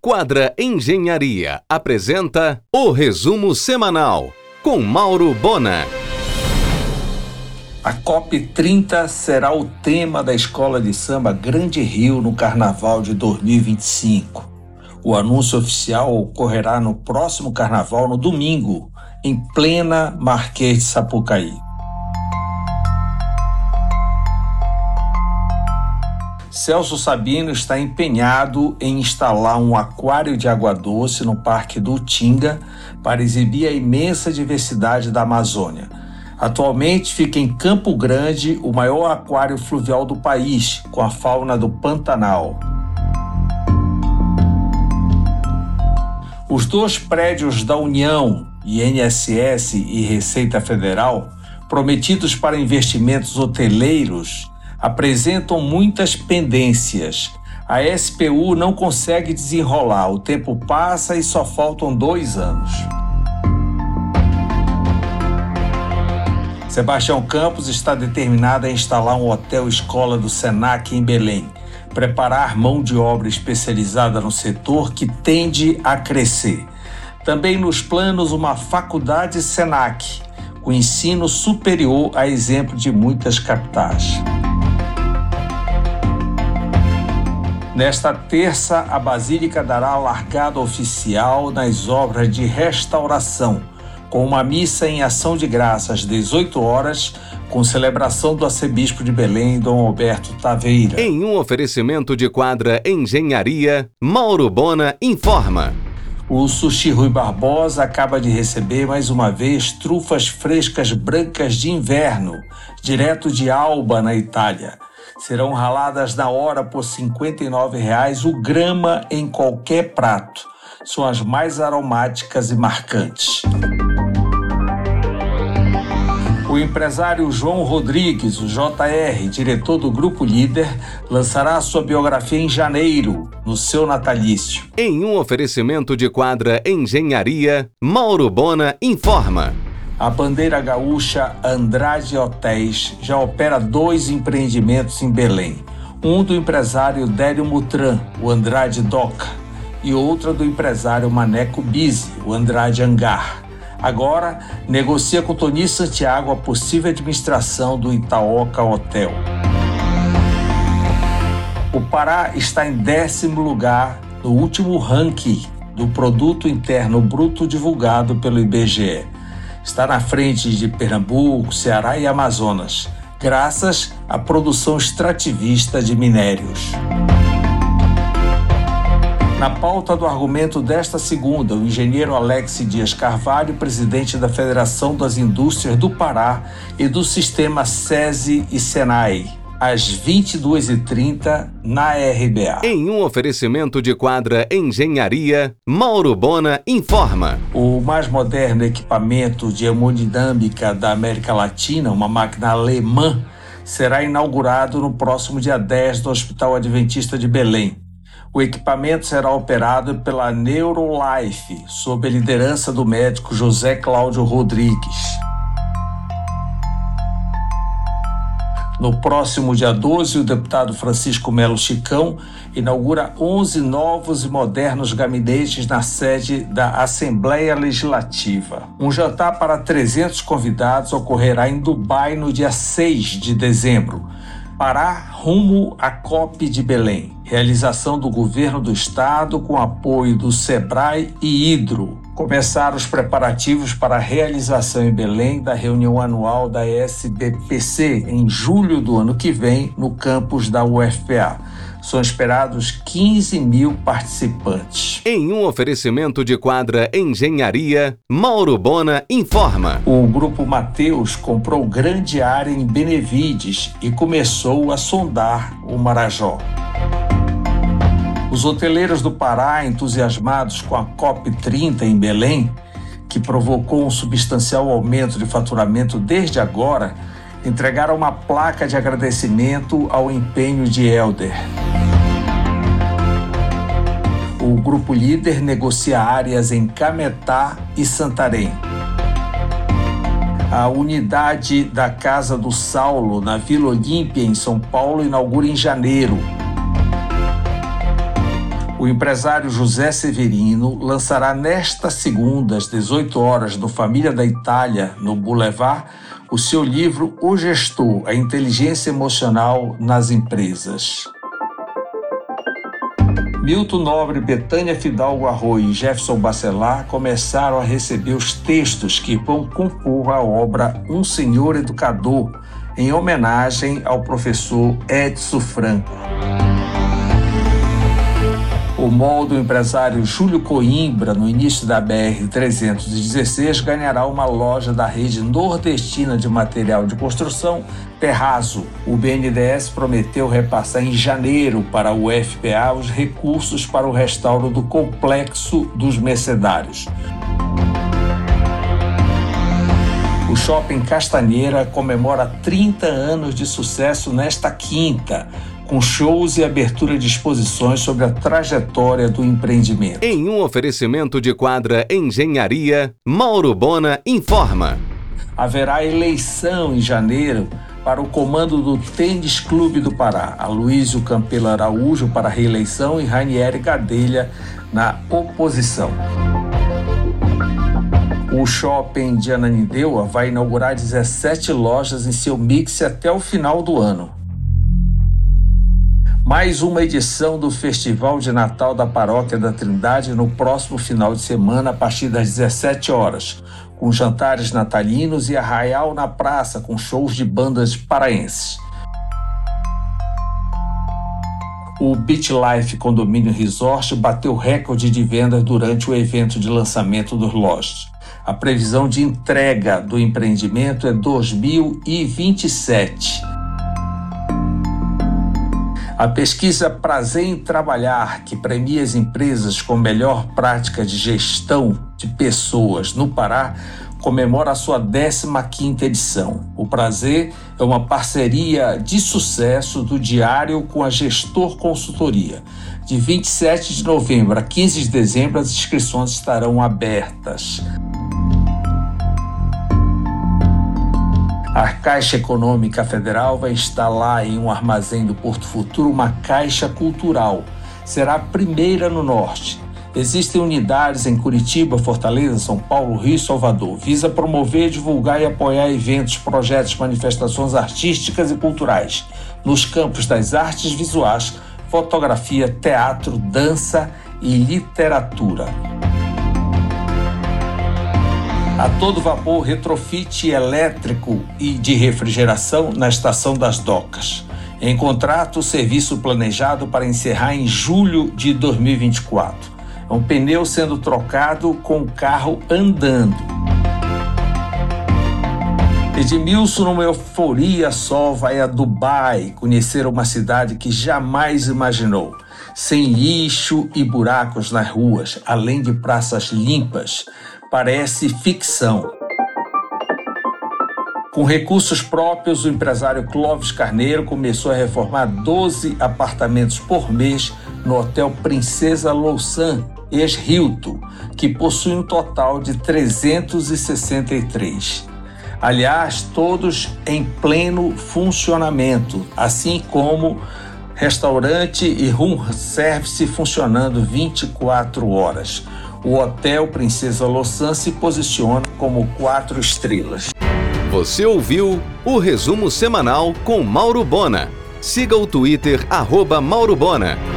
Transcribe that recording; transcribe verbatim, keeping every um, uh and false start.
Quadra Engenharia apresenta o resumo semanal com Mauro Bona. A COP trinta será o tema da Escola de Samba Grande Rio no Carnaval de dois mil e vinte e cinco. O anúncio oficial ocorrerá no próximo Carnaval, no domingo, em plena Marquês de Sapucaí. Celso Sabino está empenhado em instalar um aquário de água doce no Parque do Utinga para exibir a imensa diversidade da Amazônia. Atualmente fica em Campo Grande o maior aquário fluvial do país, com a fauna do Pantanal. Os dois prédios da União, I N S S e Receita Federal, prometidos para investimentos hoteleiros, apresentam muitas pendências. A S P U não consegue desenrolar, o tempo passa e só faltam dois anos. Sebastião Campos está determinado a instalar um hotel-escola do Senac em Belém, preparar mão de obra especializada no setor que tende a crescer. Também nos planos uma faculdade Senac, com ensino superior a exemplo de muitas capitais. Nesta terça, a Basílica dará a largada oficial nas obras de restauração, com uma missa em ação de graças às dezoito horas, com celebração do arcebispo de Belém, Dom Alberto Taveira. Em um oferecimento de Quadra Engenharia, Mauro Bona informa. O Sushi Rui Barbosa acaba de receber mais uma vez trufas frescas brancas de inverno, direto de Alba, na Itália. Serão raladas na hora por cinquenta e nove reais o grama em qualquer prato. São as mais aromáticas e marcantes. O empresário João Rodrigues, o J R, diretor do Grupo Líder, lançará sua biografia em janeiro, no seu natalício. Em um oferecimento de Quadra Engenharia, Mauro Bona informa. A bandeira gaúcha Andrade Hotéis já opera dois empreendimentos em Belém. Um do empresário Délio Mutran, o Andrade Doca, e outra do empresário Maneco Bizzi, o Andrade Hangar. Agora, negocia com Tony Santiago a possível administração do Itaoca Hotel. O Pará está em décimo lugar no último ranking do Produto Interno Bruto divulgado pelo I B G E. Está na frente de Pernambuco, Ceará e Amazonas, graças à produção extrativista de minérios. Na pauta do argumento desta segunda, o engenheiro Alex Dias Carvalho, presidente da Federação das Indústrias do Pará e do Sistema SESI e SENAI, às vinte e duas e trinta, na R B A. Em um oferecimento de Quadra Engenharia, Mauro Bona informa. O mais moderno equipamento de hemodinâmica da América Latina, uma máquina alemã, será inaugurado no próximo dia dez no Hospital Adventista de Belém. O equipamento será operado pela Neurolife, sob a liderança do médico José Cláudio Rodrigues. No próximo dia doze, o deputado Francisco Melo Chicão inaugura onze novos e modernos gabinetes na sede da Assembleia Legislativa. Um jantar para trezentos convidados ocorrerá em Dubai no dia seis de dezembro. Pará rumo à COP de Belém. Realização do governo do estado com apoio do Sebrae e Hidro. Começaram os preparativos para a realização em Belém da reunião anual da S B P C em julho do ano que vem no campus da U F P A. São esperados quinze mil participantes. Em um oferecimento de Quadra Engenharia, Mauro Bona informa. O Grupo Mateus comprou grande área em Benevides e começou a sondar o Marajó. Os hoteleiros do Pará, entusiasmados com a COP trinta em Belém, que provocou um substancial aumento de faturamento desde agora, entregaram uma placa de agradecimento ao empenho de Helder. O Grupo Líder negocia áreas em Cametá e Santarém. A unidade da Casa do Saulo, na Vila Olímpia, em São Paulo, inaugura em janeiro. O empresário José Severino lançará nesta segunda, às dezoito horas, no Família da Itália, no Boulevard, o seu livro O Gestor, a inteligência emocional nas empresas. Milton Nobre, Betânia Fidalgo Arroio e Jefferson Bacelar começaram a receber os textos que vão compor a obra Um Senhor Educador, em homenagem ao professor Edson Franco. O mall do empresário Júlio Coimbra, no início da B R trezentos e dezesseis, ganhará uma loja da rede nordestina de material de construção, Terrazo. O B N D E S prometeu repassar em janeiro para o U F P A os recursos para o restauro do Complexo dos Mercedários. O Shopping Castanheira comemora trinta anos de sucesso nesta quinta, com shows e abertura de exposições sobre a trajetória do empreendimento. Em um oferecimento de Quadra Engenharia, Mauro Bona informa. Haverá eleição em janeiro para o comando do Tênis Clube do Pará. Aloysio Campelo Araújo para a reeleição e Rainieri Gadelha na oposição. O shopping de Ananindeua vai inaugurar dezessete lojas em seu mix até o final do ano. Mais uma edição do Festival de Natal da Paróquia da Trindade no próximo final de semana, a partir das dezessete horas, com jantares natalinos e arraial na praça, com shows de bandas paraenses. O Beach Life Condomínio Resort bateu recorde de vendas durante o evento de lançamento dos lojas. A previsão de entrega do empreendimento é dois mil e vinte e sete. A pesquisa Prazer em Trabalhar, que premia as empresas com melhor prática de gestão de pessoas no Pará, comemora a sua décima quinta edição. O Prazer é uma parceria de sucesso do Diário com a Gestor Consultoria. De vinte e sete de novembro a quinze de dezembro, as inscrições estarão abertas. A Caixa Econômica Federal vai instalar em um armazém do Porto Futuro uma caixa cultural. Será a primeira no Norte. Existem unidades em Curitiba, Fortaleza, São Paulo, Rio e Salvador. Visa promover, divulgar e apoiar eventos, projetos, manifestações artísticas e culturais nos campos das artes visuais, fotografia, teatro, dança e literatura. A todo vapor, retrofit elétrico e de refrigeração na Estação das Docas. Em contrato, o serviço planejado para encerrar em julho de dois mil e vinte e quatro. É um pneu sendo trocado com o carro andando. Edmilson, numa euforia só, vai a Dubai conhecer uma cidade que jamais imaginou. Sem lixo e buracos nas ruas, além de praças limpas. Parece ficção. Com recursos próprios, o empresário Clóvis Carneiro começou a reformar doze apartamentos por mês no Hotel Princesa Louçã, ex-Hilton, que possui um total de trezentos e sessenta e três. Aliás, todos em pleno funcionamento, assim como restaurante e room service funcionando vinte e quatro horas. O Hotel Princesa Louçã se posiciona como quatro estrelas. Você ouviu o resumo semanal com Mauro Bona. Siga o Twitter arroba Mauro Bona.